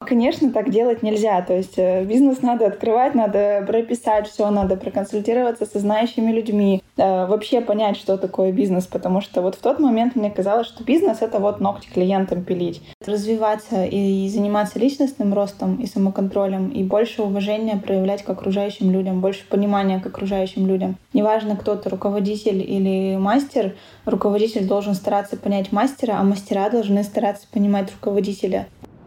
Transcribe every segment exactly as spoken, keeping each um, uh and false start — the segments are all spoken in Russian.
конечно, так делать нельзя. То есть бизнес надо открывать, надо прописать все, надо проконсультироваться со знающими людьми, вообще понять, что такое бизнес, потому что вот в тот момент мне казалось, что бизнес — это вот ногти клиентам пилить. Развиваться и заниматься личностным ростом и самоконтролем, и больше уважения проявлять к окружающим людям, больше понимания к окружающим людям. Неважно, кто ты, руководитель или мастер, руководитель должен стараться понять мастера, а мастера должны стараться понимать руководителя.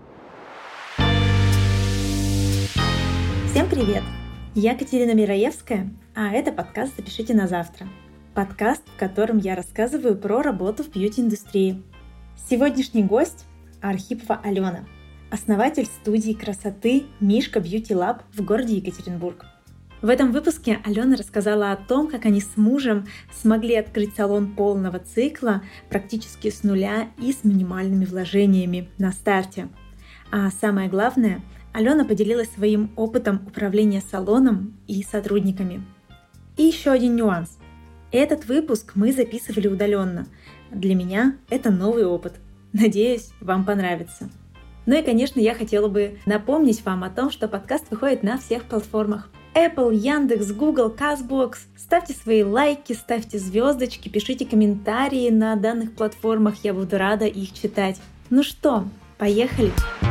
Всем привет! Я Катерина Мираевская, а это подкаст «Запишите на завтра». Подкаст, в котором я рассказываю про работу в бьюти-индустрии. Сегодняшний гость — Архипова Алена, основатель студии красоты «Мишка Бьюти Лаб» в городе Екатеринбург. В этом выпуске Алена рассказала о том, как они с мужем смогли открыть салон полного цикла практически с нуля и с минимальными вложениями на старте. А самое главное, Алена поделилась своим опытом управления салоном и сотрудниками. И еще один нюанс. Этот выпуск мы записывали удаленно. Для меня это новый опыт. Надеюсь, вам понравится. Ну и, конечно, я хотела бы напомнить вам о том, что подкаст выходит на всех платформах. Apple, Яндекс, Google, Castbox. Ставьте свои лайки, ставьте звездочки, пишите комментарии на данных платформах. Я буду рада их читать. Ну что, поехали!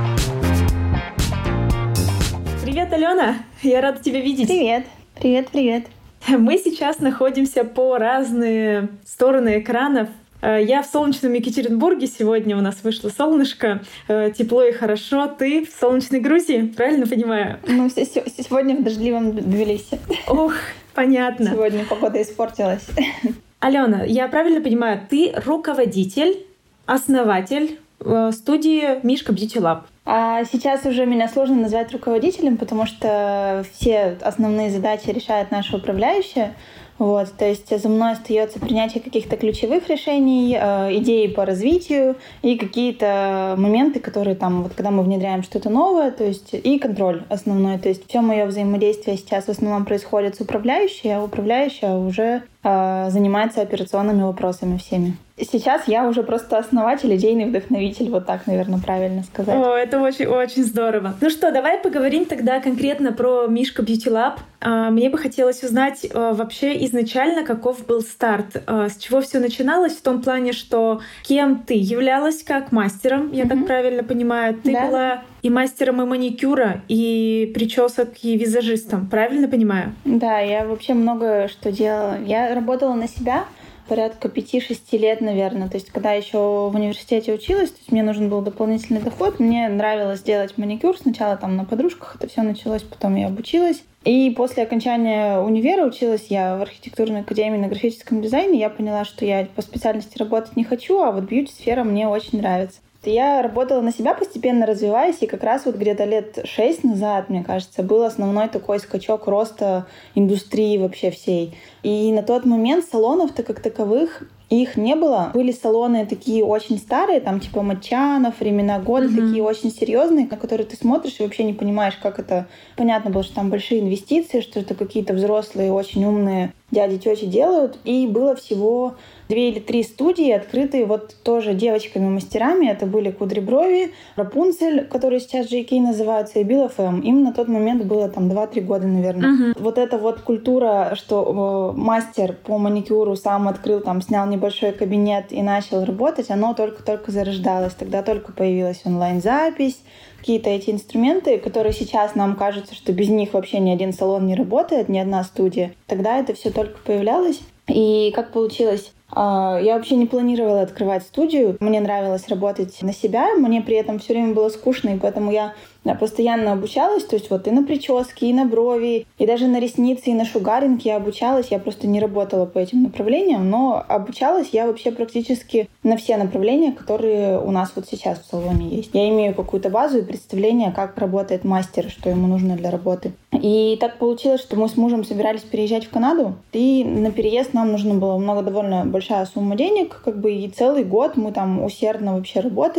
Привет, Алена! Я рада тебя видеть. Привет! Привет, привет! Мы сейчас находимся по разные стороны экранов. Я в солнечном Екатеринбурге, сегодня у нас вышло солнышко, тепло и хорошо. Ты в солнечной Грузии, правильно понимаю? Ну, сегодня в дождливом Тбилиси. Ох, понятно. Сегодня погода испортилась. Алена, я правильно понимаю, ты руководитель, основатель студии «Мишка Бьюти Лаб». А сейчас уже меня сложно назвать руководителем, потому что все основные задачи решает наша управляющая. Вот, то есть за мной остается принятие каких-то ключевых решений, э, идеи по развитию и какие-то моменты, которые там, вот когда мы внедряем что-то новое, то есть и контроль основной. То есть все мое взаимодействие сейчас в основном происходит с управляющей, а управляющая уже э, занимается операционными вопросами всеми. Сейчас я уже просто основатель, идейный вдохновитель, вот так, наверное, правильно сказать. О, это очень-очень здорово. Ну что, давай поговорим тогда конкретно про Мишка Бьюти Лаб. Мне бы хотелось узнать вообще изначально, каков был старт, с чего все начиналось, в том плане, что кем ты являлась как мастером, я mm-hmm. так правильно понимаю, ты да. была и мастером и маникюра, и причесок, и визажистом, правильно понимаю? Да, я вообще много что делала. Я работала на себя порядка пяти-шести лет, наверное. То есть, когда еще в университете училась, то есть мне нужен был дополнительный доход. Мне нравилось делать маникюр. Сначала там на подружках это все началось, потом я обучилась. И после окончания универа училась я в архитектурной академии на графическом дизайне. Я поняла, что я по специальности работать не хочу, а вот бьюти-сфера мне очень нравится. Я работала на себя, постепенно развиваясь, и как раз вот где-то лет шесть назад, мне кажется, был основной такой скачок роста индустрии вообще всей. И на тот момент салонов-то как таковых их не было. Были салоны такие очень старые, там типа Матчанов, Времена года, mm-hmm. такие очень серьезные, на которые ты смотришь и вообще не понимаешь, как это... Понятно было, что там большие инвестиции, что это какие-то взрослые, очень умные дяди, тети делают. И было всего две или три студии, открытые вот тоже девочками-мастерами. Это были Кудри Брови, Рапунцель, которые сейчас джей кей называются, и Bill эф эм. Им на тот момент было там два-три года, наверное. Uh-huh. Вот эта вот культура, что э, мастер по маникюру сам открыл, там, снял небольшой кабинет и начал работать, оно только-только зарождалось. Тогда только появилась онлайн-запись, какие-то эти инструменты, которые сейчас нам кажется, что без них вообще ни один салон не работает, ни одна студия. Тогда это все только появлялось. И как получилось? Я вообще не планировала открывать студию. Мне нравилось работать на себя. Мне при этом все время было скучно, и поэтому я постоянно обучалась. То есть вот и на прически, и на брови, и даже на ресницы, и на шугаринг я обучалась. Я просто не работала по этим направлениям, но обучалась я вообще практически на все направления, которые у нас вот сейчас в салоне есть. Я имею какую-то базу и представление, как работает мастер, что ему нужно для работы. И так получилось, что мы с мужем собирались переезжать в Канаду, и на переезд нам нужно было много довольно большая сумма денег, как бы, и целый год мы там усердно вообще работали.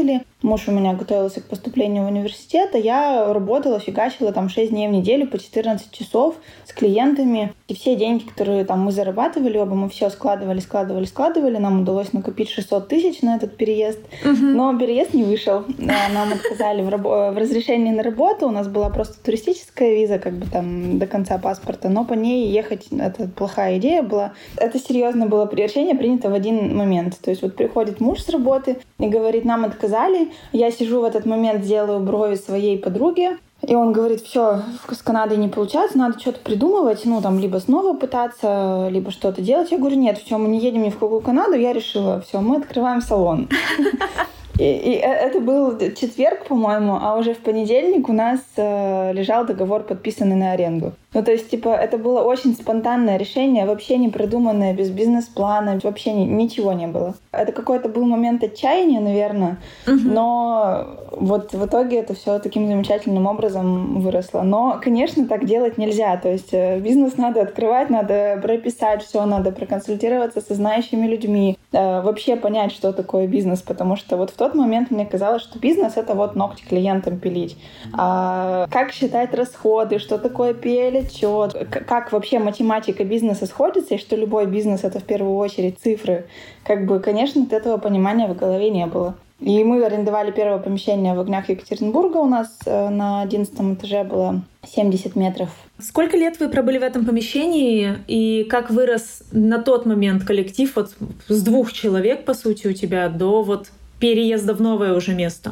Муж у меня готовился к поступлению в университет, а я работала, фигачила там шесть дней в неделю по четырнадцать часов с клиентами. И все деньги, которые там мы зарабатывали, оба мы все складывали, складывали, складывали. Нам удалось накопить шестьсот тысяч на этот переезд. Uh-huh. Но переезд не вышел. Нам отказали в, раб- в разрешении на работу. У нас была просто туристическая виза, как бы там до конца паспорта. Но по ней ехать — это плохая идея была. Это серьезно было решение принято в один момент. То есть вот приходит муж с работы и говорит: нам отказали. Я сижу в этот момент, делаю брови своей подруге, и он говорит: все, с Канадой не получается, надо что-то придумывать, ну там либо снова пытаться, либо что-то делать. Я говорю: нет, все, мы не едем ни в какую Канаду. Я решила: все, мы открываем салон. И, и это был четверг, по-моему, а уже в понедельник у нас э, лежал договор, подписанный на аренду. Ну, то есть, типа, это было очень спонтанное решение, вообще не продуманное, без бизнес-плана, вообще ни, ничего не было. Это какой-то был момент отчаяния, наверное, uh-huh. но вот в итоге это все таким замечательным образом выросло. Но, конечно, так делать нельзя. То есть бизнес надо открывать, надо прописать все, надо проконсультироваться со знающими людьми, э, вообще понять, что такое бизнес, потому что вот в тот момент мне казалось, что бизнес — это вот ногти клиентам пилить. А как считать расходы, что такое пи эл-отчет, как вообще математика бизнеса сходится, и что любой бизнес — это в первую очередь цифры. Как бы, конечно, от этого понимания в голове не было. И мы арендовали первое помещение в Огнях Екатеринбурга. У нас на одиннадцатом этаже было семьдесят метров. Сколько лет вы пробыли в этом помещении, и как вырос на тот момент коллектив вот с двух человек, по сути, у тебя, до вот переезда в новое уже место?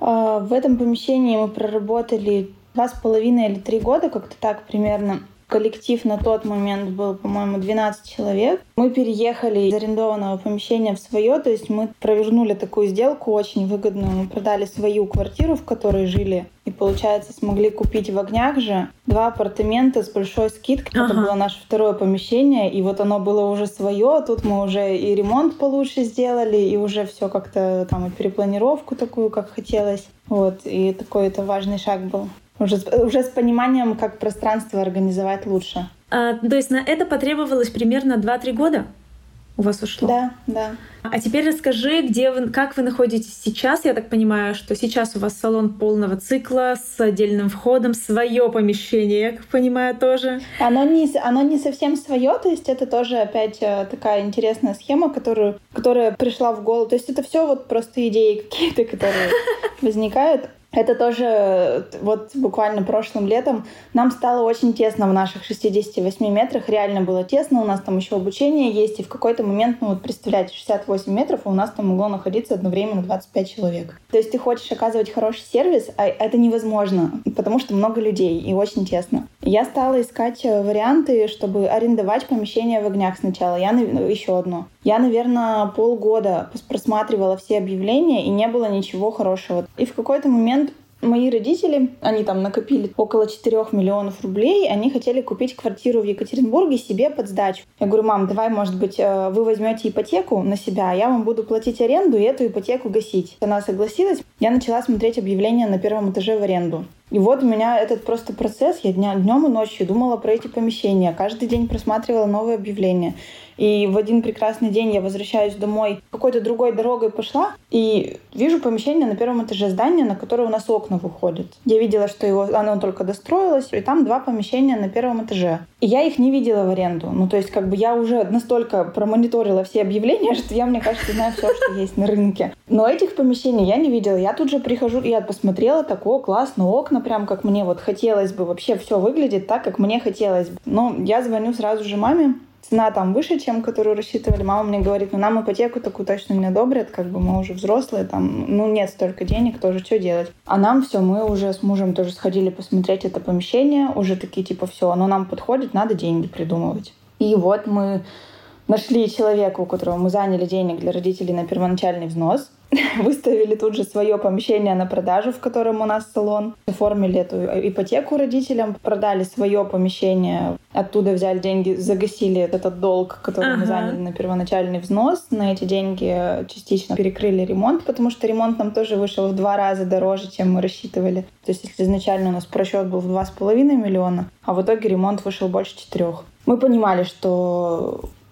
В этом помещении мы проработали два с половиной или три года, как-то так примерно. Коллектив на тот момент был, по-моему, двенадцать человек. Мы переехали из арендованного помещения в свое, то есть мы провернули такую сделку очень выгодную. Мы продали свою квартиру, в которой жили, и, получается, смогли купить в Огнях же два апартамента с большой скидкой. Ага. Это было наше второе помещение, и вот оно было уже свое. Тут мы уже и ремонт получше сделали, и уже все как-то там, и перепланировку такую, как хотелось. Вот, и такой это важный шаг был. Уже, уже с пониманием, как пространство организовать лучше. А, то есть на это потребовалось примерно два-три года у вас ушло? Да, да. А теперь расскажи, где вы, как вы находитесь сейчас. Я так понимаю, что сейчас у вас салон полного цикла с отдельным входом, свое помещение, я как понимаю, тоже. Оно не, оно не совсем свое, то есть это тоже опять такая интересная схема, которую, которая пришла в голову. То есть это все вот просто идеи какие-то, которые возникают. Это тоже вот буквально прошлым летом нам стало очень тесно в наших шестидесяти восьми метрах. Реально было тесно. У нас там еще обучение есть. И в какой-то момент, ну вот представляете, шестьдесят восемь метров, а у нас там могло находиться одновременно двадцать пять человек. То есть ты хочешь оказывать хороший сервис, а это невозможно, потому что много людей и очень тесно. Я стала искать варианты, чтобы арендовать помещение в Огнях сначала. Я еще одно. Я, наверное, полгода просматривала все объявления, и не было ничего хорошего. И в какой-то момент мои родители, они там накопили около четырёх миллионов рублей, они хотели купить квартиру в Екатеринбурге себе под сдачу. Я говорю: мам, давай, может быть, вы возьмете ипотеку на себя, а я вам буду платить аренду и эту ипотеку гасить. Она согласилась. Я начала смотреть объявления на первом этаже в аренду. И вот у меня этот просто процесс. Я дня, днем и ночью думала про эти помещения. Каждый день просматривала новые объявления. И в один прекрасный день я возвращаюсь домой, какой-то другой дорогой пошла, и вижу помещение на первом этаже здания, на которое у нас окна выходят. Я видела, что его, оно только достроилось, и там два помещения на первом этаже. И я их не видела в аренду. Ну, то есть, как бы я уже настолько промониторила все объявления, что я, мне кажется, знаю все, что есть на рынке. Но этих помещений я не видела. Я тут же прихожу, я посмотрела, так, о, классно, окна прям как мне вот хотелось бы. Вообще все выглядит так, как мне хотелось бы. Но я звоню сразу же маме. Цена там выше, чем которую рассчитывали. Мама мне говорит: ну нам ипотеку такую точно не одобрят, как бы мы уже взрослые, там, ну нет столько денег, тоже что делать. А нам все, мы уже с мужем тоже сходили посмотреть это помещение, уже такие типа все, оно нам подходит, надо деньги придумывать. И вот мы нашли человека, у которого мы заняли денег для родителей на первоначальный взнос, выставили тут же свое помещение на продажу, в котором у нас салон, оформили эту ипотеку родителям, продали свое помещение, оттуда взяли деньги, загасили этот долг, который ага. мы заняли на первоначальный взнос. На эти деньги частично перекрыли ремонт, потому что ремонт нам тоже вышел в два раза дороже, чем мы рассчитывали. То есть если изначально у нас просчет был в два с половиной миллиона, а в итоге ремонт вышел больше четырех. Мы понимали, что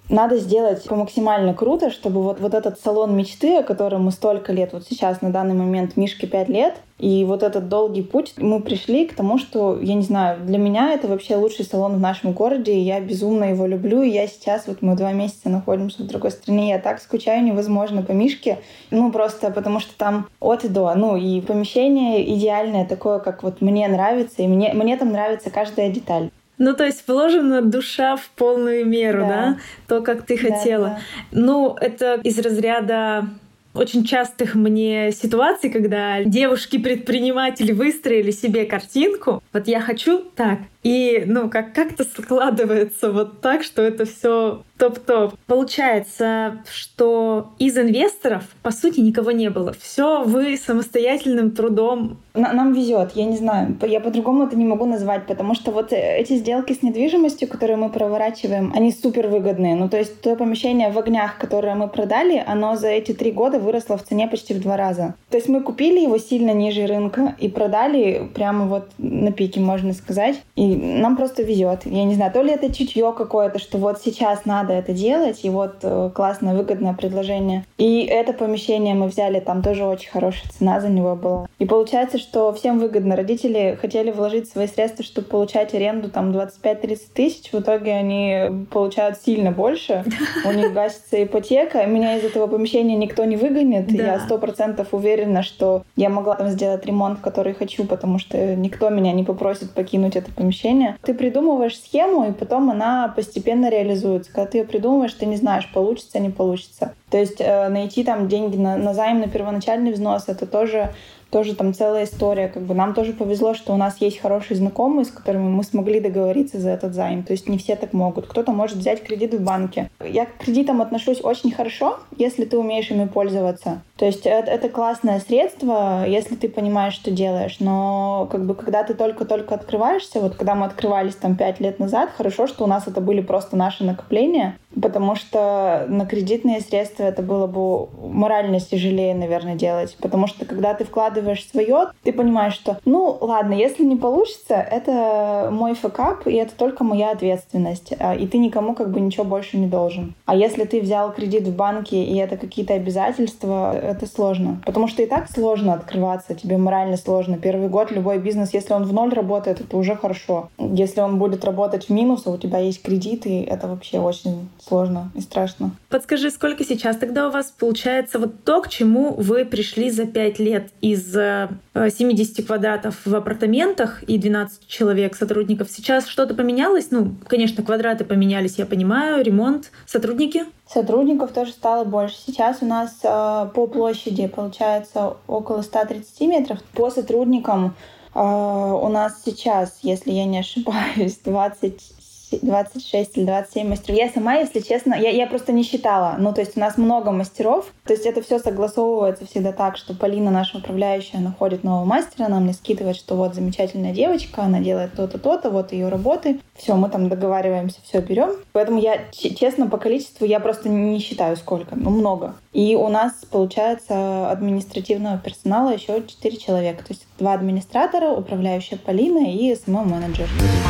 надо сделать максимально круто, чтобы вот, вот этот салон мечты, о котором мы столько лет, вот сейчас на данный момент Мишке пять лет, и вот этот долгий путь, мы пришли к тому, что, я не знаю, для меня это вообще лучший салон в нашем городе, и я безумно его люблю, и я сейчас, вот мы два месяца находимся в другой стране, я так скучаю невозможно по Мишке, ну просто потому что там от и до, ну и помещение идеальное, такое, как вот мне нравится, и мне, мне там нравится каждая деталь. Ну, то есть вложена душа в полную меру, да? да? То, как ты хотела. Да, да. Ну, это из разряда очень частых мне ситуаций, когда девушки-предприниматели выстроили себе картинку. Вот я хочу так. И, ну, как- как-то складывается вот так, что это все топ-топ. Получается, что из инвесторов, по сути, никого не было. Все вы самостоятельным трудом. Нам везет, я не знаю, я по-другому это не могу назвать, потому что вот эти сделки с недвижимостью, которые мы проворачиваем, они супер выгодные. Ну, то есть то помещение в Огнях, которое мы продали, оно за эти три года выросло в цене почти в два раза. То есть мы купили его сильно ниже рынка и продали прямо вот на пике, можно сказать. И нам просто везет. Я не знаю, то ли это чутье какое-то, что вот сейчас надо это делать, и вот э, классное, выгодное предложение. И это помещение мы взяли, там тоже очень хорошая цена за него была. И получается, что всем выгодно. Родители хотели вложить свои средства, чтобы получать аренду там двадцать пять-тридцать тысяч. В итоге они получают сильно больше. У них гасится ипотека. Меня из этого помещения никто не выгонит. Я сто процентов уверена, что я могла там сделать ремонт, который хочу, потому что никто меня не попросит покинуть это помещение. Ты придумываешь схему, и потом она постепенно реализуется. Когда ты ее придумываешь, ты не знаешь, получится, не получится. То есть э, найти там деньги на, на займ, на первоначальный взнос, это тоже, тоже там целая история. Как бы нам тоже повезло, что у нас есть хорошие знакомые, с которыми мы смогли договориться за этот займ. То есть не все так могут. Кто-то может взять кредит в банке. Я к кредитам отношусь очень хорошо, если ты умеешь ими пользоваться. То есть это, это классное средство, если ты понимаешь, что делаешь. Но как бы когда ты только-только открываешься, вот когда мы открывались там пять лет назад, хорошо, что у нас это были просто наши накопления, потому что на кредитные средства это было бы морально тяжелее, наверное, делать. Потому что когда ты вкладываешь свое, ты понимаешь, что ну ладно, если не получится, это мой факап, и это только моя ответственность. И ты никому как бы ничего больше не должен. А если ты взял кредит в банке, и это какие-то обязательства, это сложно. Потому что и так сложно открываться, тебе морально сложно. Первый год любой бизнес, если он в ноль работает, это уже хорошо. Если он будет работать в минус, а у тебя есть кредиты, это вообще очень сложно и страшно. Подскажи, сколько сейчас тогда у вас получается вот то, к чему вы пришли за пять лет из семидесяти квадратов в апартаментах и двенадцать человек сотрудников? Сейчас что-то поменялось? Ну, конечно, квадраты поменялись, я понимаю, ремонт, сотрудники? Сотрудников тоже стало больше. Сейчас у нас э, по площади получается около ста тридцати метров. По сотрудникам э, у нас сейчас, если я не ошибаюсь, двадцать двадцать шесть или двадцать семь мастеров. Я сама, если честно, я, я просто не считала. Ну, то есть у нас много мастеров. То есть это все согласовывается всегда так, что Полина, наша управляющая, находит нового мастера, она мне скидывает, что вот замечательная девочка, она делает то-то, то-то, вот ее работы. Все, мы там договариваемся, все берем. Поэтому я, честно, по количеству я просто не считаю сколько, ну, много. И у нас получается административного персонала еще четыре человека. То есть два администратора, управляющая Полина и сама менеджер.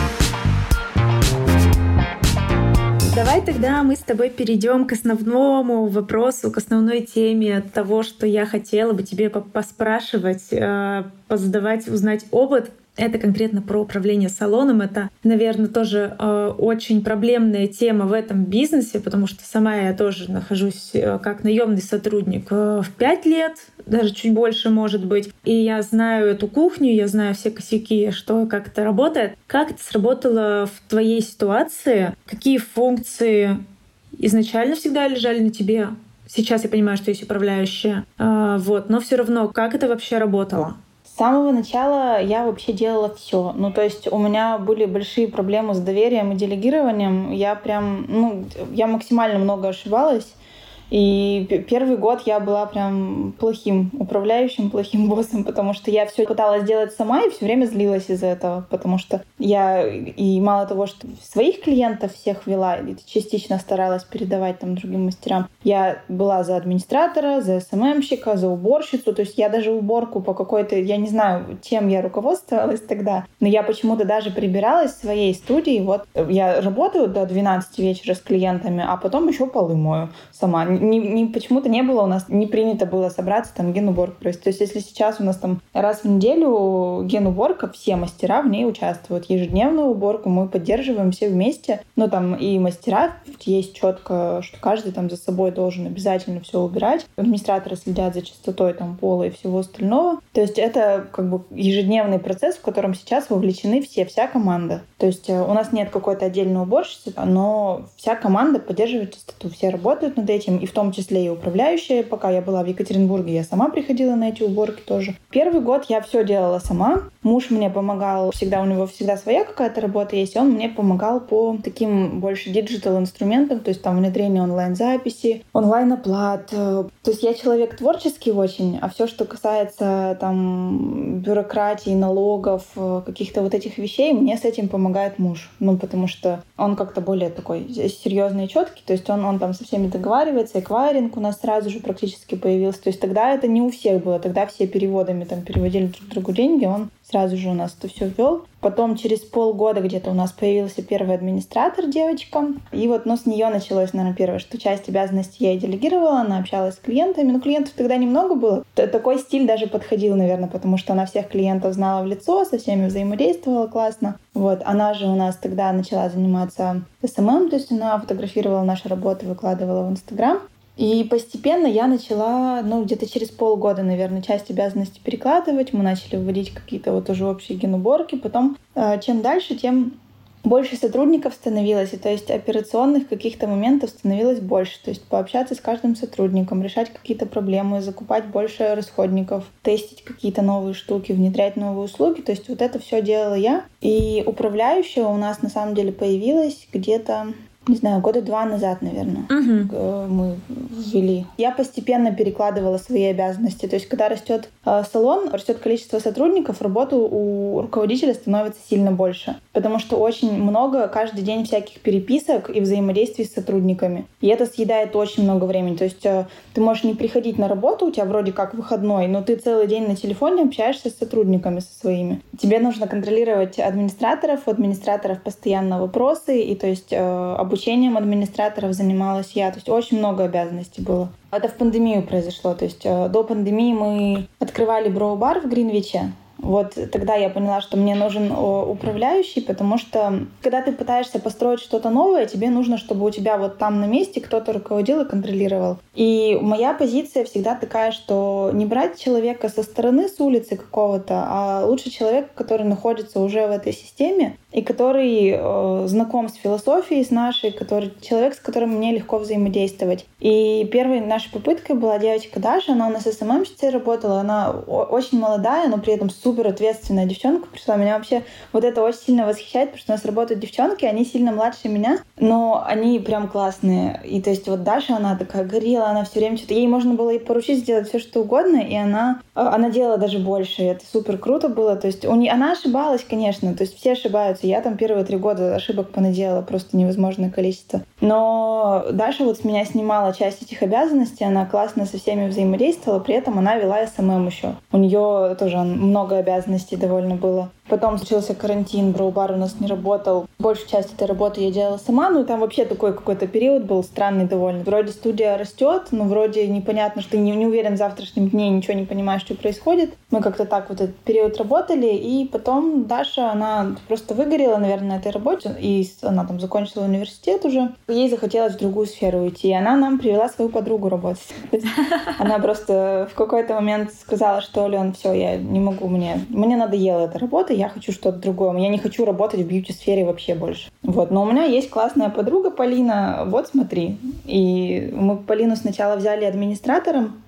Давай тогда мы с тобой перейдем к основному вопросу, к основной теме того, что я хотела бы тебе поспрашивать, позадавать, узнать опыт. Это конкретно про управление салоном. Это, наверное, тоже э, очень проблемная тема в этом бизнесе, потому что сама я тоже нахожусь э, как наемный сотрудник э, в пять лет, даже чуть больше, может быть. И я знаю эту кухню, я знаю все косяки, что как это работает. Как это сработало в твоей ситуации? Какие функции изначально всегда лежали на тебе? Сейчас я понимаю, что есть управляющая. Э, вот, но все равно, как это вообще работало? С самого начала я вообще делала все. Ну, то есть у меня были большие проблемы с доверием и делегированием. Я прям, ну, я максимально много ошибалась. И первый год я была прям плохим управляющим, плохим боссом, потому что я все пыталась делать сама и все время злилась из-за этого, потому что я и мало того, что своих клиентов всех вела, и частично старалась передавать там другим мастерам, я была за администратора, за эс эм эм-щика, за уборщицу, то есть я даже уборку по какой-то, я не знаю, чем я руководствовалась тогда, но я почему-то даже прибиралась в своей студии, вот я работаю до двенадцати вечера с клиентами, а потом еще полы мою сама. Не, не, почему-то не было у нас, не принято было собраться, там, генуборку провести. То есть если сейчас у нас там раз в неделю генуборка, все мастера в ней участвуют. Ежедневную уборку мы поддерживаем все вместе. Ну, там и мастера есть четко, что каждый там за собой должен обязательно все убирать. Администраторы следят за чистотой там пола и всего остального. То есть это как бы ежедневный процесс, в котором сейчас вовлечены все, вся команда. То есть у нас нет какой-то отдельной уборщицы, но вся команда поддерживает чистоту. Все работают над этим, и в том числе и управляющая. Пока я была в Екатеринбурге, я сама приходила на эти уборки тоже. Первый год я все делала сама. Муж мне помогал, всегда у него всегда своя какая-то работа есть, и он мне помогал по таким больше диджитал-инструментам, то есть там внедрение онлайн-записи, онлайн-оплат. То есть я человек творческий очень, а все, что касается там бюрократии, налогов, каких-то вот этих вещей, мне с этим помогает муж. Ну, потому что он как-то более такой серьезный и четкий, то есть он, он там со всеми договаривается, эквайринг у нас сразу же практически появился. То есть тогда это не у всех было, тогда все переводами там переводили друг другу деньги, он сразу же у нас это все ввел. Потом через полгода где-то у нас появился первый администратор, девочка. И вот, ну, с нее началось, наверное, первое, что часть обязанностей я ей делегировала, она общалась с клиентами. Но клиентов тогда немного было. Такой стиль даже подходил, наверное, потому что она всех клиентов знала в лицо, со всеми взаимодействовала классно. Вот. Она же у нас тогда начала заниматься эс эм эм, то есть она фотографировала наши работы, выкладывала в Инстаграм. И постепенно я начала, ну, где-то через полгода, наверное, часть обязанностей перекладывать. Мы начали вводить какие-то вот уже общие генуборки. Потом, э, чем дальше, тем больше сотрудников становилось. И то есть операционных каких-то моментов становилось больше. То есть пообщаться с каждым сотрудником, решать какие-то проблемы, закупать больше расходников, тестить какие-то новые штуки, внедрять новые услуги. То есть вот это все делала я. И управляющая у нас на самом деле появилась где-то... не знаю, года два назад, наверное, uh-huh. мы ввели. Я постепенно перекладывала свои обязанности. То есть, когда растет э, салон, растет количество сотрудников, работы у руководителя становится сильно больше. Потому что очень много каждый день всяких переписок и взаимодействий с сотрудниками. И это съедает очень много времени. То есть, э, ты можешь не приходить на работу, у тебя вроде как выходной, но ты целый день на телефоне общаешься с сотрудниками со своими. Тебе нужно контролировать администраторов, у администраторов постоянно вопросы, и то есть э, обучением администраторов занималась я. То есть очень много обязанностей было. Это в пандемию произошло. То есть э, до пандемии мы открывали броу-бар в Гринвиче. Вот тогда я поняла, что мне нужен управляющий, потому что когда ты пытаешься построить что-то новое, тебе нужно, чтобы у тебя вот там на месте кто-то руководил и контролировал. И моя позиция всегда такая, что не брать человека со стороны, с улицы какого-то, а лучше человек, который находится уже в этой системе и который э, знаком с философией, с нашей, который, человек, с которым мне легко взаимодействовать. И первой нашей попыткой была девочка Даша, она у нас эс эм эм-щицей работала, она очень молодая, но при этом супер ответственная девчонка пришла. Меня вообще вот это очень сильно восхищает, потому что у нас работают девчонки, они сильно младше меня, но они прям классные. И то есть вот Даша, она такая горела, она все время что-то... Ей можно было и поручить сделать все что угодно, и она, она делала даже больше. И это супер круто было. То есть у нее, она ошибалась, конечно, то есть все ошибаются. Я там первые три года ошибок понаделала, просто невозможное количество. Но Даша вот с меня снимала часть этих обязанностей, она классно со всеми взаимодействовала, при этом она вела эс эм эм еще. У нее тоже много обязанностей довольно было. Потом случился карантин, броу-бар у нас не работал. Большую часть этой работы я делала сама, ну там вообще такой какой-то период был странный довольно. Вроде студия растет, но вроде непонятно, что ты не, не уверен в завтрашнем дне, ничего не понимаешь, что происходит. Мы как-то так вот этот период работали, и потом Даша, она просто выгорела, наверное, на этой работе, и она там закончила университет уже. Ей захотелось в другую сферу уйти, и она нам привела свою подругу работать. Она просто в какой-то момент сказала, что, Лен, все, я не могу, мне, мне надоела эта работа, я хочу что-то другое. Я не хочу работать в бьюти-сфере вообще больше. Вот. Но у меня есть классная подруга Полина. Вот смотри. И мы Полину сначала взяли администратором,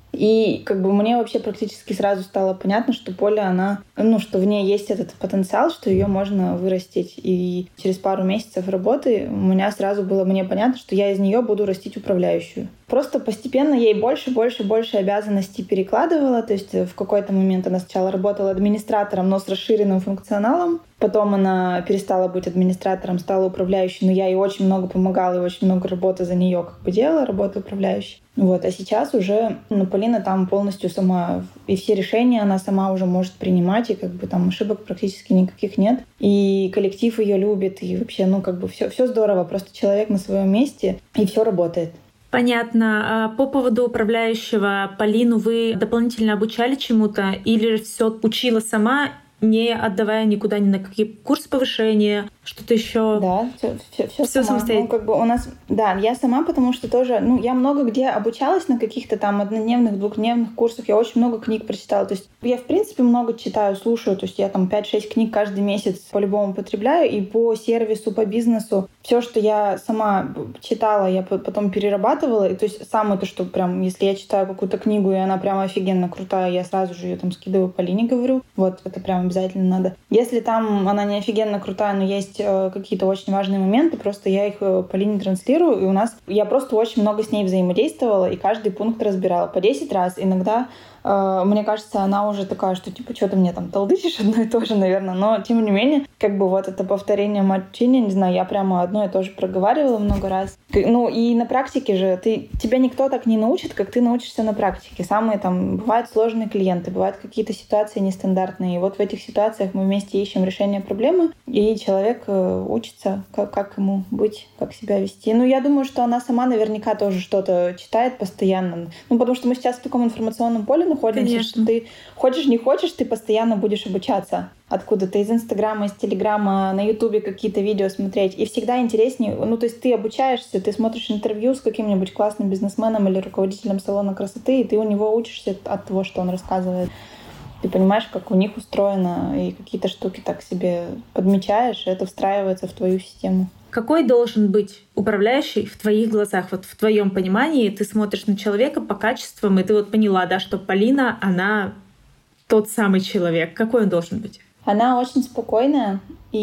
И как бы мне вообще практически сразу стало понятно, что Поля, она, ну, что в ней есть этот потенциал, что ее можно вырастить. И через пару месяцев работы у меня сразу было мне понятно, что я из нее буду растить управляющую. Просто постепенно ей больше, больше, больше обязанностей перекладывала. То есть в какой-то момент она сначала работала администратором, но с расширенным функционалом. Потом она перестала быть администратором, стала управляющей. Но я ей очень много помогала и очень много работы за нее как бы делала, работы управляющей. Вот. А сейчас уже ну, Полина там полностью сама, и все решения она сама уже может принимать, и как бы там ошибок практически никаких нет. И коллектив ее любит, и вообще, ну, как бы все, все здорово. Просто человек на своем месте, и все работает. Понятно. А по поводу управляющего, Полину вы дополнительно обучали чему-то или все учила сама, не отдавая никуда ни на какие курсы повышения, что-то еще? Да, все, все, все, все сама. Ну, как бы у нас, да, я сама, потому что тоже, ну, я много где обучалась на каких-то там однодневных, двухдневных курсах, я очень много книг прочитала, то есть я, в принципе, много читаю, слушаю, то есть я там пять-шесть книг каждый месяц по-любому потребляю, и по сервису, по бизнесу, все, что я сама читала, я потом перерабатывала, и то есть самое то, что прям, если я читаю какую-то книгу, и она прям офигенно крутая, я сразу же ее там скидываю Полине, говорю, вот, это прям обязательно надо. Если там она не офигенно крутая, но есть э, какие-то очень важные моменты, просто я их э, Полине транслирую, и у нас я просто очень много с ней взаимодействовала, и каждый пункт разбирала по десять раз. Иногда э, мне кажется, она уже такая, что типа, что ты мне там толдычишь одно и то же, наверное, но тем не менее, как бы вот это повторение мочения, не знаю, я прямо одно и то же проговаривала много раз. Ну и на практике же ты, тебя никто так не научит, как ты научишься на практике. Самые там, бывают сложные клиенты, бывают какие-то ситуации нестандартные, и вот в этих ситуациях мы вместе ищем решение проблемы, и человек э, учится, как, как ему быть, как себя вести. Ну, я думаю, что она сама наверняка тоже что-то читает постоянно. Ну, потому что мы сейчас в таком информационном поле находимся, Конечно. Что ты хочешь, не хочешь, ты постоянно будешь обучаться. Откуда-то из Инстаграма, из Телеграма, на Ютубе какие-то видео смотреть. И всегда интереснее. Ну, то есть ты обучаешься, ты смотришь интервью с каким-нибудь классным бизнесменом или руководителем салона красоты, и ты у него учишься от того, что он рассказывает. Ты понимаешь, как у них устроено, и какие-то штуки так себе подмечаешь, и это встраивается в твою систему. Какой должен быть управляющий в твоих глазах, вот в твоем понимании? Ты смотришь на человека по качествам, и ты вот поняла, да, что Полина, она тот самый человек. Какой он должен быть? Она очень спокойная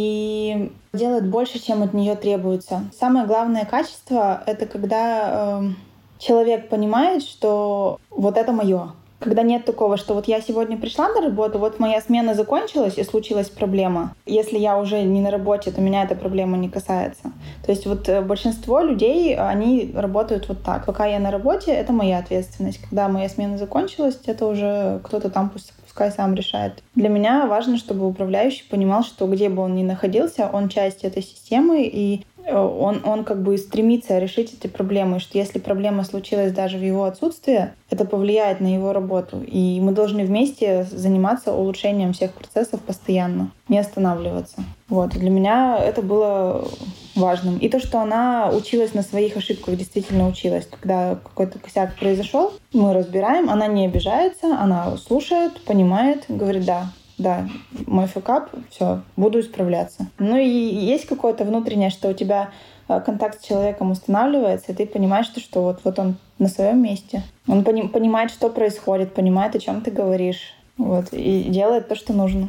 и делает больше, чем от нее требуется. Самое главное качество — это когда э, человек понимает, что вот это мое. Когда нет такого, что вот я сегодня пришла на работу, вот моя смена закончилась и случилась проблема. Если я уже не на работе, то меня эта проблема не касается. То есть вот большинство людей, они работают вот так. Пока я на работе, это моя ответственность. Когда моя смена закончилась, это уже кто-то там пусть пускай сам решает. Для меня важно, чтобы управляющий понимал, что где бы он ни находился, он часть этой системы, и он, он как бы стремится решить эти проблемы, что если проблема случилась даже в его отсутствие, это повлияет на его работу. И мы должны вместе заниматься улучшением всех процессов постоянно, не останавливаться. Вот. Для меня это было важным. И то, что она училась на своих ошибках, действительно училась. Когда какой-то косяк произошел, мы разбираем, она не обижается, она слушает, понимает, говорит «да». Да, мой факап, все, буду исправляться. Ну и есть какое-то внутреннее, что у тебя контакт с человеком устанавливается, и ты понимаешь, что, что вот, вот он на своем месте. Он пони- понимает, что происходит, понимает, о чем ты говоришь. Вот, и делает то, что нужно.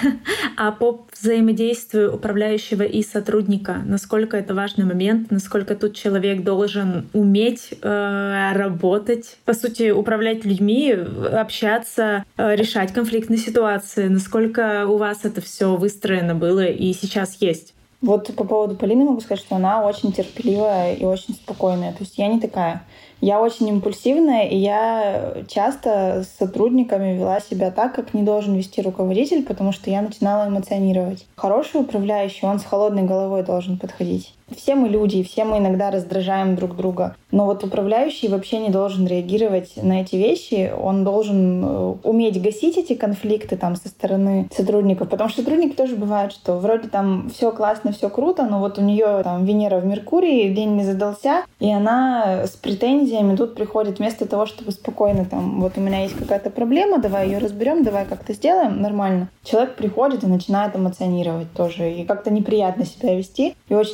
А по взаимодействию управляющего и сотрудника, насколько это важный момент, насколько тут человек должен уметь э, работать, по сути, управлять людьми, общаться, э, решать конфликтные ситуации, насколько у вас это все выстроено было и сейчас есть? Вот по поводу Полины могу сказать, что она очень терпеливая и очень спокойная. То есть я не такая. Я очень импульсивная, и я часто с сотрудниками вела себя так, как не должен вести руководитель, потому что я начинала эмоционировать. Хороший управляющий, он с холодной головой должен подходить. Все мы люди, и все мы иногда раздражаем друг друга. Но вот управляющий вообще не должен реагировать на эти вещи. Он должен уметь гасить эти конфликты там со стороны сотрудников. Потому что сотрудники тоже бывают, что вроде там все классно, все круто, но вот у нее там Венера в Меркурии, день не задался, и она с претензиями тут приходит вместо того, чтобы спокойно там, вот у меня есть какая-то проблема, давай ее разберем, давай как-то сделаем нормально. Человек приходит и начинает эмоционировать тоже, и как-то неприятно себя вести. И очень важно, чтобы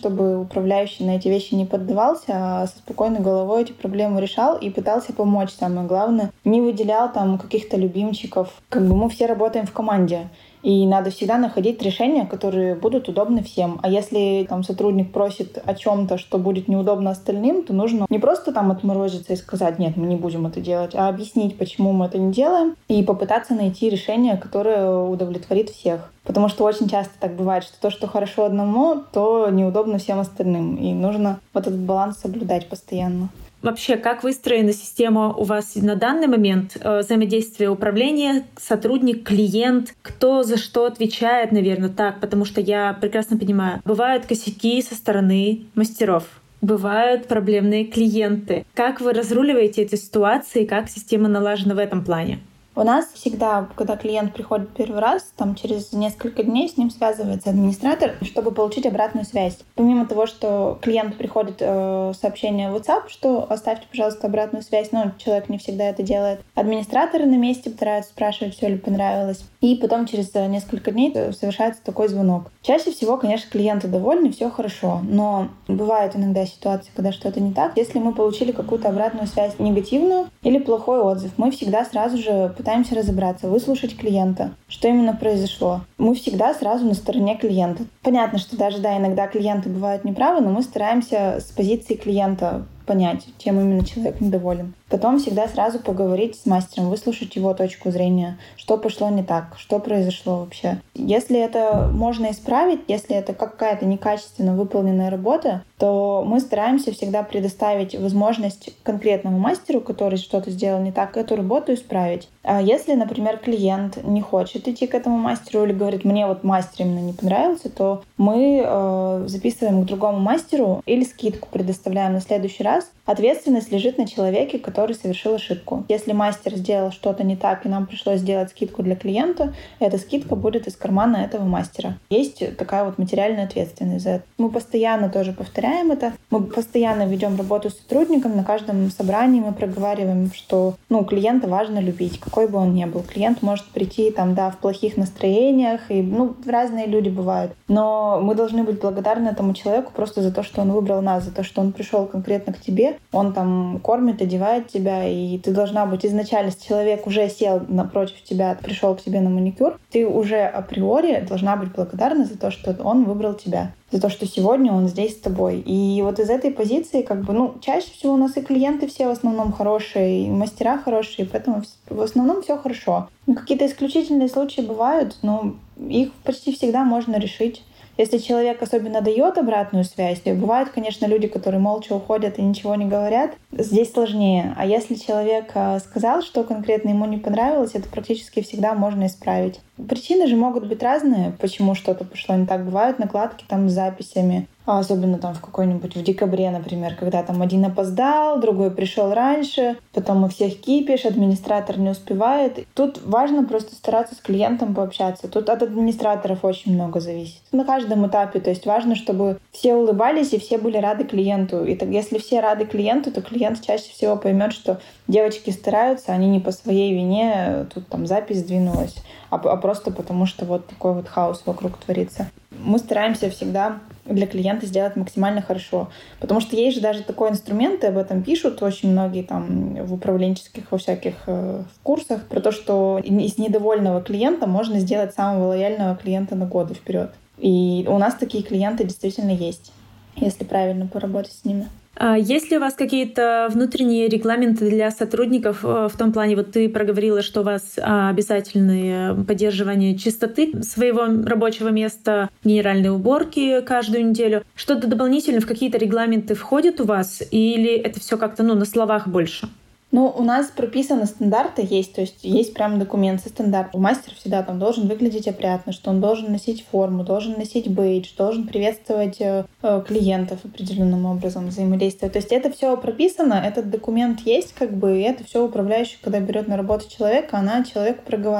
чтобы управляющий на эти вещи не поддавался, а со спокойной головой эти проблемы решал и пытался помочь, самое главное. Не выделял там каких-то любимчиков. Как бы мы все работаем в команде. И надо всегда находить решения, которые будут удобны всем. А если там сотрудник просит о чем-то, что будет неудобно остальным, то нужно не просто там отморозиться и сказать: нет, мы не будем это делать, а объяснить, почему мы это не делаем, и попытаться найти решение, которое удовлетворит всех. Потому что очень часто так бывает, что то, что хорошо одному, то неудобно всем остальным. И нужно вот этот баланс соблюдать постоянно. Вообще, как выстроена система у вас на данный момент? Взаимодействие управления, сотрудник, клиент, кто за что отвечает, наверное, так, потому что я прекрасно понимаю, бывают косяки со стороны мастеров, бывают проблемные клиенты. Как вы разруливаете эти ситуации, как система налажена в этом плане? У нас всегда, когда клиент приходит первый раз, там через несколько дней с ним связывается администратор, чтобы получить обратную связь. Помимо того, что клиент приходит э, сообщение в WhatsApp, что оставьте, пожалуйста, обратную связь, но человек не всегда это делает. Администраторы на месте стараются спрашивать, все ли понравилось. И потом через несколько дней совершается такой звонок. Чаще всего, конечно, клиенты довольны, все хорошо, но бывают иногда ситуации, когда что-то не так. Если мы получили какую-то обратную связь негативную или плохой отзыв, мы всегда сразу же пытаемся разобраться, выслушать клиента, что именно произошло. Мы всегда сразу на стороне клиента. Понятно, что даже, да, иногда клиенты бывают неправы, но мы стараемся с позиции клиента понять, чем именно человек недоволен. Потом всегда сразу поговорить с мастером, выслушать его точку зрения, что пошло не так, что произошло вообще. Если это можно исправить, если это какая-то некачественно выполненная работа, то мы стараемся всегда предоставить возможность конкретному мастеру, который что-то сделал не так, эту работу исправить. А если, например, клиент не хочет идти к этому мастеру или говорит: мне вот мастер именно не понравился, то мы э, записываем к другому мастеру или скидку предоставляем на следующий раз. Ответственность лежит на человеке, который совершил ошибку. Если мастер сделал что-то не так, и нам пришлось сделать скидку для клиента, эта скидка будет из кармана этого мастера. Есть такая вот материальная ответственность за это. Мы постоянно тоже повторяем это. Мы постоянно ведем работу с сотрудником. На каждом собрании мы проговариваем, что ну, клиента важно любить, какой бы он ни был. Клиент может прийти там, да, в плохих настроениях, и ну, разные люди бывают. Но мы должны быть благодарны этому человеку просто за то, что он выбрал нас, за то, что он пришел конкретно к тебе. Он там кормит, одевает тебя, и ты должна быть изначально, если человек уже сел напротив тебя, пришел к тебе на маникюр, ты уже априори должна быть благодарна за то, что он выбрал тебя, за то, что сегодня он здесь с тобой. И вот из этой позиции, как бы, ну, чаще всего у нас и клиенты все в основном хорошие, и мастера хорошие, поэтому в основном все хорошо. Какие-то исключительные случаи бывают, но их почти всегда можно решить. Если человек особенно дает обратную связь, и бывают, конечно, люди, которые молча уходят и ничего не говорят, здесь сложнее. А если человек сказал, что конкретно ему не понравилось, это практически всегда можно исправить. Причины же могут быть разные, почему что-то пошло не так. Бывают накладки там с записями, особенно там в какой-нибудь в декабре, например, когда там один опоздал, другой пришел раньше, потом у всех кипиш, администратор не успевает. Тут важно просто стараться с клиентом пообщаться. Тут от администраторов очень много зависит. На каждом этапе, то есть важно, чтобы все улыбались и все были рады клиенту. И так, если все рады клиенту, то клиент чаще всего поймет, что девочки стараются, они не по своей вине, тут там запись сдвинулась, а, а просто потому, что вот такой вот хаос вокруг творится. Мы стараемся всегда для клиента сделать максимально хорошо. Потому что есть же даже такой инструмент, и об этом пишут очень многие там в управленческих, во всяких э, курсах, про то, что из недовольного клиента можно сделать самого лояльного клиента на годы вперед. И у нас такие клиенты действительно есть, если правильно поработать с ними. Есть ли у вас какие-то внутренние регламенты для сотрудников в том плане, вот ты проговорила, что у вас обязательное поддерживание чистоты своего рабочего места, генеральные уборки каждую неделю? Что-то дополнительно в какие-то регламенты входит у вас или это все как-то ну, на словах больше? Ну, у нас прописаны стандарты есть, то есть есть прям документ со стандартом. Мастер всегда там должен выглядеть опрятно, что он должен носить форму, должен носить бейдж, должен приветствовать э, клиентов определенным образом, взаимодействовать. То есть это все прописано, этот документ есть, как бы, и это все управляющий, когда берет на работу человека, она человеку проговаривает.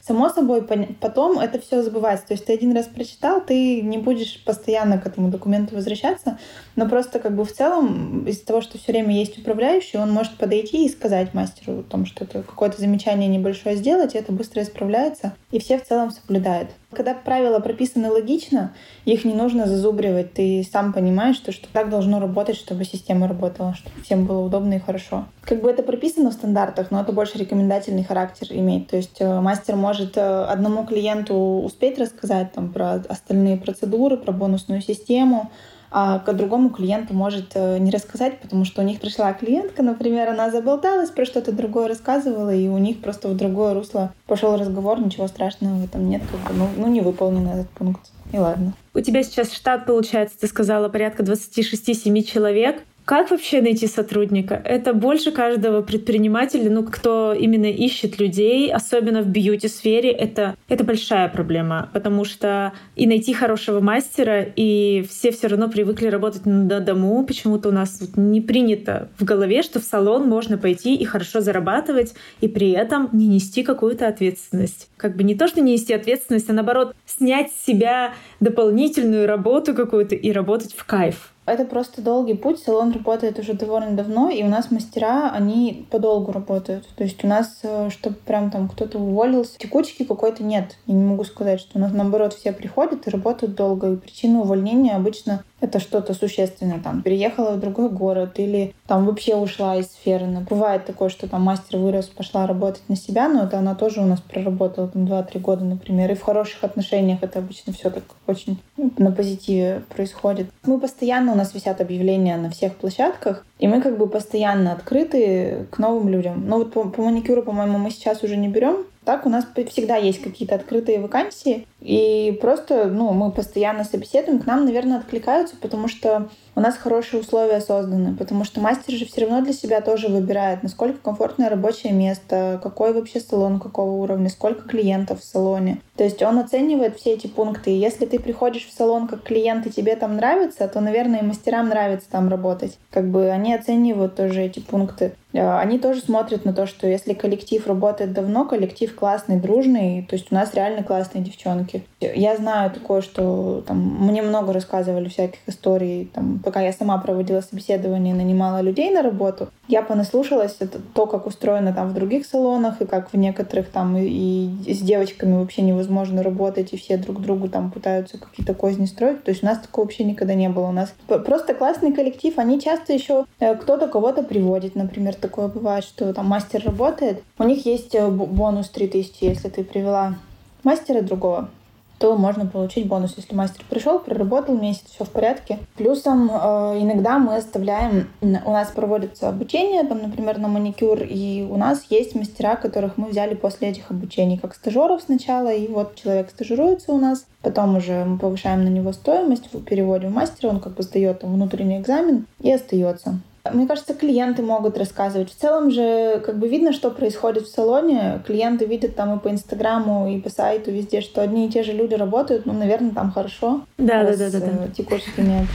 само собой, потом это все забывается. То есть ты один раз прочитал, ты не будешь постоянно к этому документу возвращаться, но просто как бы в целом из-за того, что все время есть управляющий, он может подойти и сказать мастеру о том, что это какое-то замечание небольшое сделать, и это быстро исправляется, и все в целом соблюдают. Когда правила прописаны логично, их не нужно зазубривать. Ты сам понимаешь, что, что так должно работать, чтобы система работала, чтобы всем было удобно и хорошо. Как бы это прописано в стандартах, но это больше рекомендательный характер имеет. То есть мастер может одному клиенту успеть рассказать там, про остальные процедуры, про бонусную систему, а к другому клиенту может не рассказать, потому что у них пришла клиентка, например, она заболталась, про что-то другое рассказывала, и у них просто в другое русло пошел разговор, ничего страшного в этом нет, как бы, ну, ну не выполнен этот пункт, и ладно. У тебя сейчас штат, получается, ты сказала, порядка двадцать шесть - семь человек. Как вообще найти сотрудника? Это больше каждого предпринимателя, ну, кто именно ищет людей, особенно в бьюти-сфере, это, это большая проблема, потому что и найти хорошего мастера, и все все равно привыкли работать на дому. Почему-то у нас не принято в голове, что в салон можно пойти и хорошо зарабатывать, и при этом не нести какую-то ответственность. Как бы не то, что не нести ответственность, а наоборот, снять с себя дополнительную работу какую-то и работать в кайф. Это просто долгий путь. Салон работает уже довольно давно, и у нас мастера, они подолгу работают. То есть у нас, чтобы прям там кто-то уволился, текучки какой-то нет. Я не могу сказать, что у нас, наоборот, все приходят и работают долго. И причина увольнения обычно это что-то существенное. Там, переехала в другой город или там вообще ушла из сферы. Но бывает такое, что там мастер вырос, пошла работать на себя, но это она тоже у нас проработала там два-три года, например. И в хороших отношениях это обычно все так очень на позитиве происходит. Мы постоянно, у нас висят объявления на всех площадках, и мы как бы постоянно открыты к новым людям. Но вот по, по маникюру, по-моему, мы сейчас уже не берем. Так у нас всегда есть какие-то открытые вакансии, и просто, ну, мы постоянно собеседуем, к нам, наверное, откликаются, потому что у нас хорошие условия созданы, потому что мастер же все равно для себя тоже выбирает, насколько комфортное рабочее место, какой вообще салон, какого уровня, сколько клиентов в салоне. То есть он оценивает все эти пункты, и если ты приходишь в салон как клиент и тебе там нравится, то, наверное, и мастерам нравится там работать. Как бы они оценивают тоже эти пункты. Они тоже смотрят на то, что если коллектив работает давно, коллектив классный, дружный, то есть у нас реально классные девчонки. Я знаю такое, что там, мне много рассказывали всяких историй, там, пока я сама проводила собеседование и нанимала людей на работу. Я понаслушалась это, то, как устроено там в других салонах, и как в некоторых там и, и с девочками вообще невозможно работать, и все друг другу там пытаются какие-то козни строить. То есть у нас такого вообще никогда не было. У нас просто классный коллектив. Они часто еще кто-то кого-то приводит, например, такое бывает, что там мастер работает, у них есть бонус три тысячи, если ты привела мастера другого, то можно получить бонус, если мастер пришел, проработал месяц, все в порядке. Плюсом э, иногда мы оставляем, у нас проводится обучение, там, например, на маникюр, и у нас есть мастера, которых мы взяли после этих обучений, как стажеров сначала, и вот человек стажируется у нас, потом уже мы повышаем на него стоимость, переводим в мастера, он как бы сдает там внутренний экзамен и остается. Мне кажется, клиенты могут рассказывать. В целом же как бы видно, что происходит в салоне. Клиенты видят там и по Инстаграму, и по сайту, везде, что одни и те же люди работают. Ну, наверное, там хорошо. Да, да, да, да, да. Текучки нет.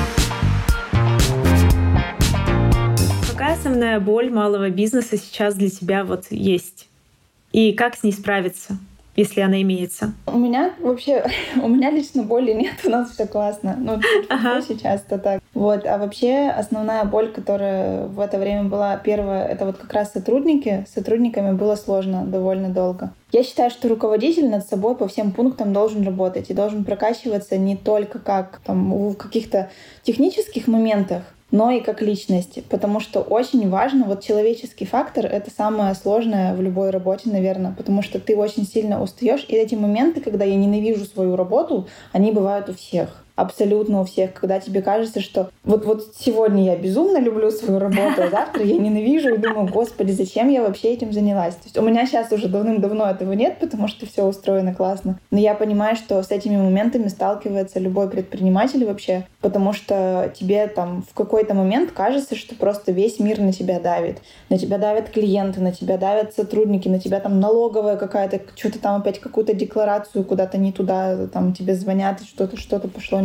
Какая основная боль малого бизнеса сейчас для тебя вот есть? И как с ней справиться, если она имеется? У меня вообще, у меня лично боли нет, у нас все классно. Ну, ага. Сейчас-то так. Вот, а вообще основная боль, которая в это время была первая, это вот как раз сотрудники. С сотрудниками было сложно довольно долго. Я считаю, что руководитель над собой по всем пунктам должен работать и должен прокачиваться не только как там, в каких-то технических моментах, но и как личность, потому что очень важно, вот человеческий фактор — это самое сложное в любой работе, наверное, потому что ты очень сильно устаешь, и эти моменты, когда я ненавижу свою работу, они бывают у всех. Абсолютно у всех, когда тебе кажется, что вот, вот сегодня я безумно люблю свою работу, а завтра я ненавижу и думаю, господи, зачем я вообще этим занялась? То есть у меня сейчас уже давным-давно этого нет, потому что все устроено классно. Но я понимаю, что с этими моментами сталкивается любой предприниматель вообще, потому что тебе там в какой-то момент кажется, что просто весь мир на тебя давит. На тебя давят клиенты, на тебя давят сотрудники, на тебя там налоговая какая-то, что-то там опять какую-то декларацию куда-то не туда, там тебе звонят, что-то что-то пошло не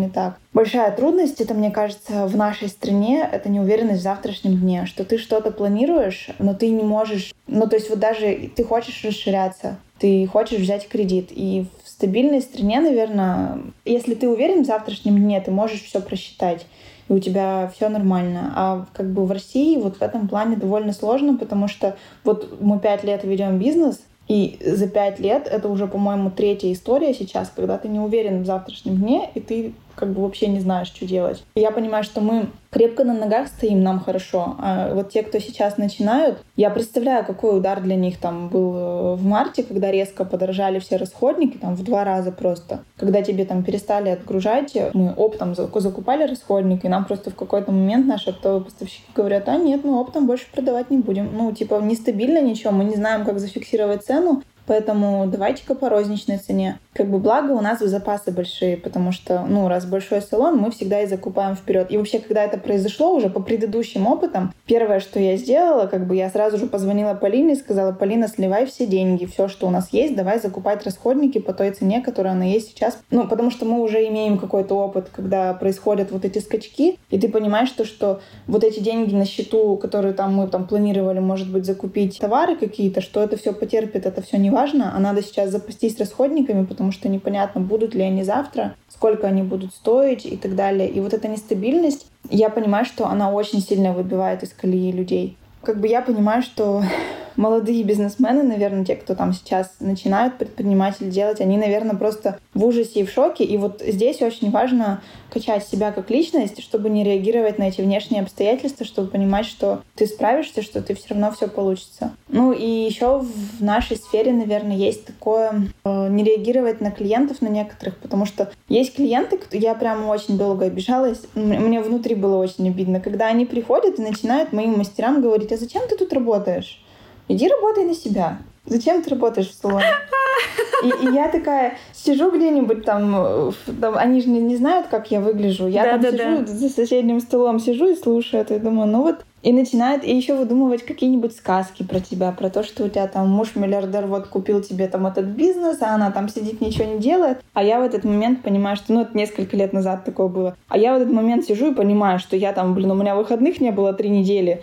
не так. Большая трудность, это, мне кажется, в нашей стране, это неуверенность в завтрашнем дне, что ты что-то планируешь, но ты не можешь... Ну, то есть вот даже ты хочешь расширяться, ты хочешь взять кредит, и в стабильной стране, наверное, если ты уверен в завтрашнем дне, ты можешь все просчитать, и у тебя все нормально. А как бы в России вот в этом плане довольно сложно, потому что вот мы пять лет ведем бизнес, и за пять лет это уже, по-моему, третья история сейчас, когда ты не уверен в завтрашнем дне, и ты как бы вообще не знаешь, что делать. И я понимаю, что мы крепко на ногах стоим, нам хорошо. А вот те, кто сейчас начинают, я представляю, какой удар для них там был в марте, когда резко подорожали все расходники, там в два раза просто. Когда тебе там перестали отгружать, мы оптом закупали расходник, и нам просто в какой-то момент наши оптовые поставщики говорят: а нет, мы оптом больше продавать не будем. Ну, типа, нестабильно ничего, мы не знаем, как зафиксировать цену, поэтому давайте-ка по розничной цене. Как бы благо у нас запасы большие, потому что, ну, раз большой салон, мы всегда и закупаем вперед. И вообще, когда это произошло уже по предыдущим опытам, первое, что я сделала, как бы я сразу же позвонила Полине и сказала: Полина, сливай все деньги, все, что у нас есть, давай закупать расходники по той цене, которая она есть сейчас. Ну, потому что мы уже имеем какой-то опыт, когда происходят вот эти скачки, и ты понимаешь, что, что вот эти деньги на счету, которые там мы там планировали, может быть, закупить товары какие-то, что это все потерпит, это все не важно, а надо сейчас запастись расходниками, потому что непонятно, будут ли они завтра, сколько они будут стоить и так далее. И вот эта нестабильность, я понимаю, что она очень сильно выбивает из колеи людей. Как бы я понимаю, что молодые бизнесмены, наверное, те, кто там сейчас начинают предприниматель делать, они, наверное, просто в ужасе и в шоке. И вот здесь очень важно качать себя как личность, чтобы не реагировать на эти внешние обстоятельства, чтобы понимать, что ты справишься, что ты все равно все получится. Ну и еще в нашей сфере, наверное, есть такое э, не реагировать на клиентов, на некоторых, потому что есть клиенты, я прямо очень долго обижалась, мне внутри было очень обидно, когда они приходят и начинают моим мастерам говорить: а зачем ты тут работаешь? Иди работай на себя. Зачем ты работаешь в салоне? И, и я такая сижу где-нибудь там, там они же не, не знают, как я выгляжу. Я да, там да, сижу да. за соседним столом, сижу и слушаю это, и думаю, ну вот. И начинает и еще выдумывать какие-нибудь сказки про тебя, про то, что у тебя там муж-миллиардер вот купил тебе там этот бизнес, а она там сидит, ничего не делает. А я в этот момент понимаю, что, ну, это несколько лет назад такое было. А я в этот момент сижу и понимаю, что я там, блин, у меня выходных не было три недели.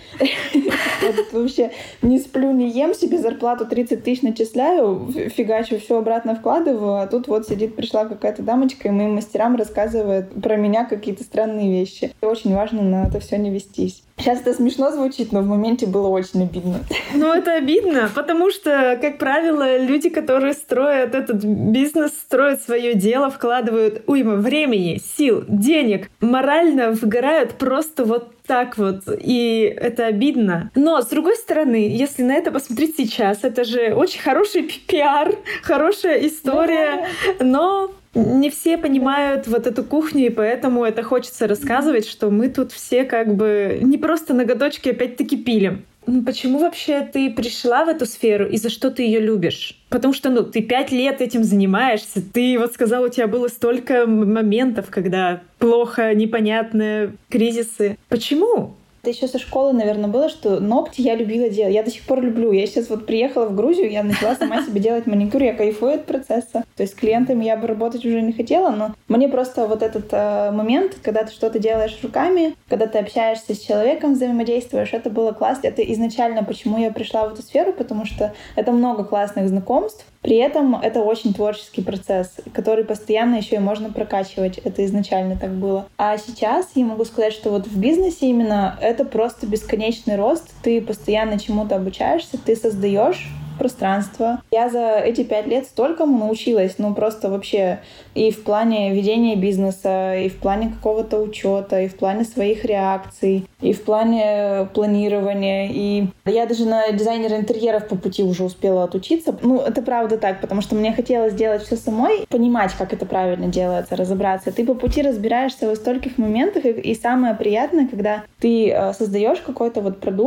Вообще не сплю, не ем, себе зарплату тридцать тысяч начисляю, фигачу, все обратно вкладываю, а тут вот сидит, пришла какая-то дамочка и моим мастерам рассказывает про меня какие-то странные вещи. Очень важно на это все не вестись. Сейчас это смешно звучит, но в моменте было очень обидно. Ну, это обидно, потому что, как правило, люди, которые строят этот бизнес, строят свое дело, вкладывают уйму времени, сил, денег, морально выгорают просто вот так вот, и это обидно. Но, с другой стороны, если на это посмотреть сейчас, это же очень хороший пиар, хорошая история, но не все понимают вот эту кухню, и поэтому это хочется рассказывать, что мы тут все как бы не просто ноготочки опять-таки пилим. Почему вообще ты пришла в эту сферу и за что ты ее любишь? Потому что, ну, ты пять лет этим занимаешься, ты вот сказала, у тебя было столько моментов, когда плохо, непонятно, кризисы. Почему? Это еще со школы, наверное, было, что ногти я любила делать. Я до сих пор люблю. Я сейчас вот приехала в Грузию, я начала сама себе делать маникюр, я кайфую от процесса. То есть с клиентами я бы работать уже не хотела, но мне просто вот этот э, момент, когда ты что-то делаешь руками, когда ты общаешься с человеком, взаимодействуешь, это было классно. Это изначально, почему я пришла в эту сферу, потому что это много классных знакомств. При этом это очень творческий процесс, который постоянно еще и можно прокачивать. Это изначально так было. А сейчас я могу сказать, что вот в бизнесе именно это просто бесконечный рост. Ты постоянно чему-то обучаешься, ты создаешь пространство. Я за эти пять лет столькому научилась, ну просто вообще и в плане ведения бизнеса, и в плане какого-то учета, и в плане своих реакций, и в плане планирования. И я даже на дизайнера интерьеров по пути уже успела отучиться. Ну, это правда так, потому что мне хотелось делать все самой, понимать, как это правильно делается, разобраться. Ты по пути разбираешься во стольких моментах, и, и самое приятное, когда ты э, создаешь какой-то вот продукт, и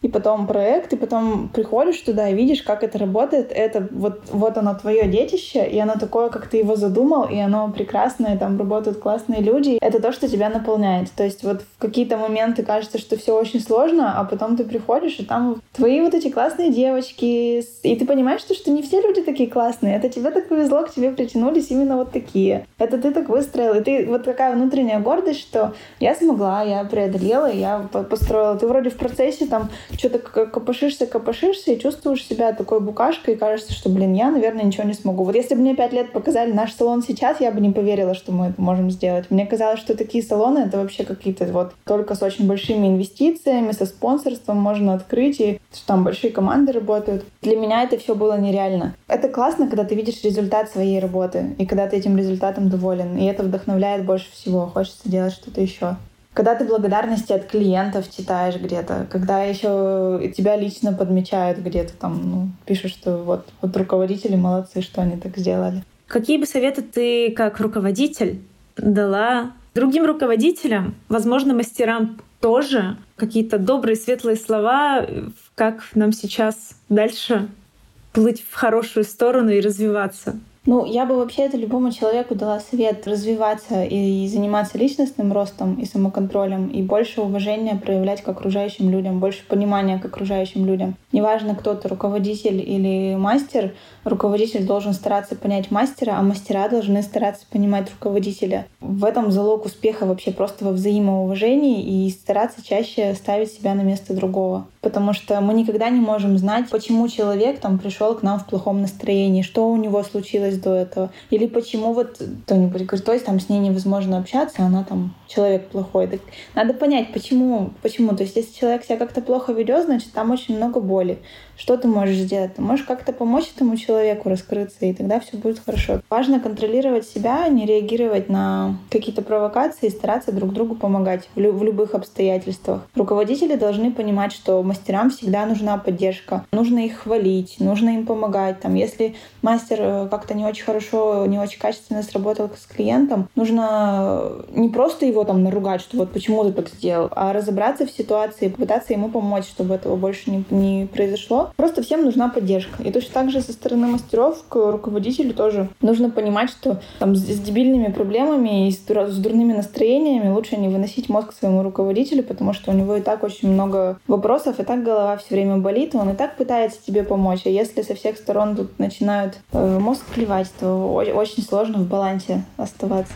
и потом проект, и потом приходишь туда и видишь, как это работает. Это вот, вот оно твое детище, и оно такое, как ты его задумал, и оно прекрасное, там работают классные люди. Это то, что тебя наполняет. То есть вот в какие-то моменты кажется, что все очень сложно, а потом ты приходишь, и там твои вот эти классные девочки, и ты понимаешь, что, что не все люди такие классные. Это тебе так повезло, к тебе притянулись именно вот такие. Это ты так выстроил. И ты вот такая внутренняя гордость, что я смогла, я преодолела, я построила. Ты вроде в процессе там что-то копошишься, копошишься и чувствуешь себя такой букашкой, и кажется, что, блин, я, наверное, ничего не смогу. Вот если бы мне пять лет показали наш салон сейчас, я бы не поверила, что мы это можем сделать. Мне казалось, что такие салоны — это вообще какие-то вот только с очень большими инвестициями, со спонсорством можно открыть, и что там большие команды работают. Для меня это все было нереально. Это классно, когда ты видишь результат своей работы, и когда ты этим результатом доволен, и это вдохновляет больше всего. Хочется делать что-то еще. Когда ты благодарности от клиентов читаешь где-то, когда еще тебя лично подмечают где-то там, ну, пишут, что вот, вот руководители молодцы, что они так сделали. Какие бы советы ты, как руководитель, дала другим руководителям, возможно, мастерам тоже, какие-то добрые, светлые слова, как нам сейчас дальше плыть в хорошую сторону и развиваться? Ну, я бы вообще это любому человеку дала совет развиваться и заниматься личностным ростом и самоконтролем, и больше уважения проявлять к окружающим людям, больше понимания к окружающим людям. Неважно, кто ты, руководитель или мастер, руководитель должен стараться понять мастера, а мастера должны стараться понимать руководителя. В этом залог успеха вообще просто во взаимоуважении и стараться чаще ставить себя на место другого. Потому что мы никогда не можем знать, почему человек там пришел к нам в плохом настроении, что у него случилось до этого. Или почему вот кто-нибудь говорит, то есть там с ней невозможно общаться, она там человек плохой. Так надо понять, почему. почему. То есть если человек себя как-то плохо ведет, значит там очень много боли. Что ты можешь сделать? Ты можешь как-то помочь этому человеку раскрыться, и тогда все будет хорошо. Важно контролировать себя, не реагировать на какие-то провокации и стараться друг другу помогать в, лю- в любых обстоятельствах. Руководители должны понимать, что мастерам всегда нужна поддержка. Нужно их хвалить, нужно им помогать. Там, если мастер как-то не очень хорошо, не очень качественно сработал с клиентом, нужно не просто его там наругать, что вот почему ты так сделал, а разобраться в ситуации, попытаться ему помочь, чтобы этого больше не, не произошло. Просто всем нужна поддержка. И точно так же со стороны мастеров к руководителю тоже нужно понимать, что там с, с дебильными проблемами и с, дур, с дурными настроениями лучше не выносить мозг своему руководителю, потому что у него и так очень много вопросов, и так голова все время болит, и он и так пытается тебе помочь. А если со всех сторон тут начинают э, мозг клевать, то очень сложно в балансе оставаться.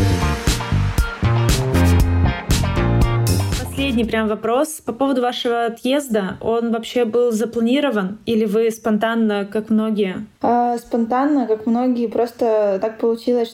Последний прям вопрос по поводу вашего отъезда. Он вообще был запланирован или вы спонтанно, как многие? А, спонтанно, как многие. Просто так получилось,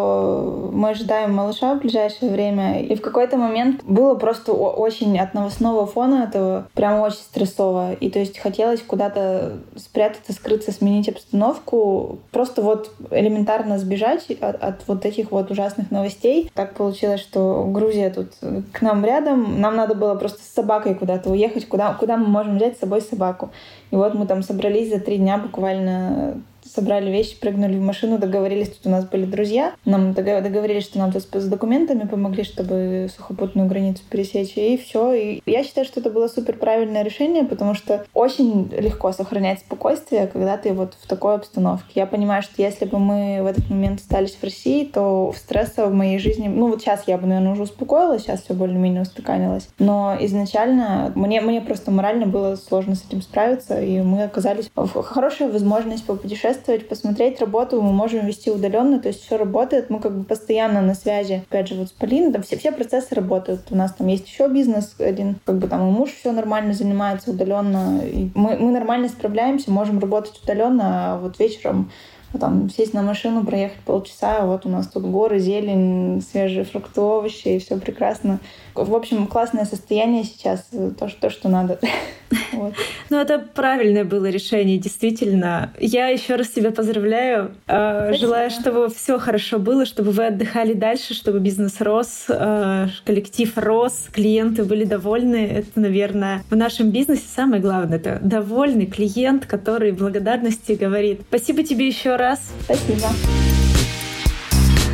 что мы ожидаем малыша в ближайшее время. И в какой-то момент было просто очень от новостного фона этого прям очень стрессово. И то есть хотелось куда-то спрятаться, скрыться, сменить обстановку. Просто вот элементарно сбежать от, от вот этих вот ужасных новостей. Так получилось, что Грузия тут к нам рядом. Нам надо было просто с собакой куда-то уехать, куда, куда мы можем взять с собой собаку. И вот мы там собрались за три дня буквально, собрали вещи, прыгнули в машину, договорились, тут у нас были друзья, нам договорились, что нам тут с документами помогли, чтобы сухопутную границу пересечь, и все. И я считаю, что это было супер правильное решение, потому что очень легко сохранять спокойствие, когда ты вот в такой обстановке. Я понимаю, что если бы мы в этот момент остались в России, то стресса в моей жизни... Ну вот сейчас я бы, наверное, уже успокоилась, сейчас все более-менее устаканилось. Но изначально мне, мне просто морально было сложно с этим справиться, и мы оказались в хорошая возможность попутешествовать, посмотреть работу мы можем вести удаленно, то есть все работает, мы как бы постоянно на связи. Опять же, вот с Полиной, там все, все процессы работают. У нас там есть еще бизнес один, как бы там и муж все нормально занимается удаленно. И мы, мы нормально справляемся, можем работать удаленно, а вот вечером там сесть на машину, проехать полчаса, а вот у нас тут горы, зелень, свежие фрукты, овощи, и все прекрасно. В общем, классное состояние сейчас, то, что, то, что надо. Вот. Ну, это правильное было решение, действительно. Я еще раз тебя поздравляю. Спасибо. Желаю, чтобы все хорошо было, чтобы вы отдыхали дальше, чтобы бизнес рос, коллектив рос, клиенты были довольны. Это, наверное, в нашем бизнесе самое главное. Это довольный клиент, который благодарности говорит. Спасибо тебе еще раз. Спасибо.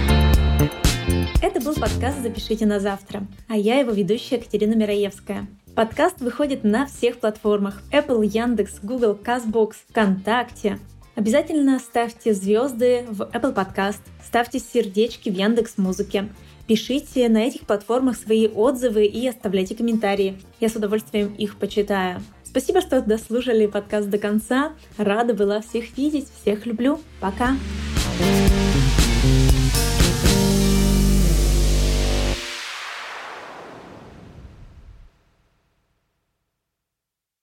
Это был подкаст «Запишите на завтра», а я его ведущая Катерина Мираевская. Подкаст выходит на всех платформах: Apple, Яндекс, Google, Castbox, ВКонтакте. Обязательно ставьте звезды в Apple Podcast, ставьте сердечки в Яндекс.Музыке. Пишите на этих платформах свои отзывы и оставляйте комментарии. Я с удовольствием их почитаю. Спасибо, что дослушали подкаст до конца. Рада была всех видеть. Всех люблю. Пока! Thank you.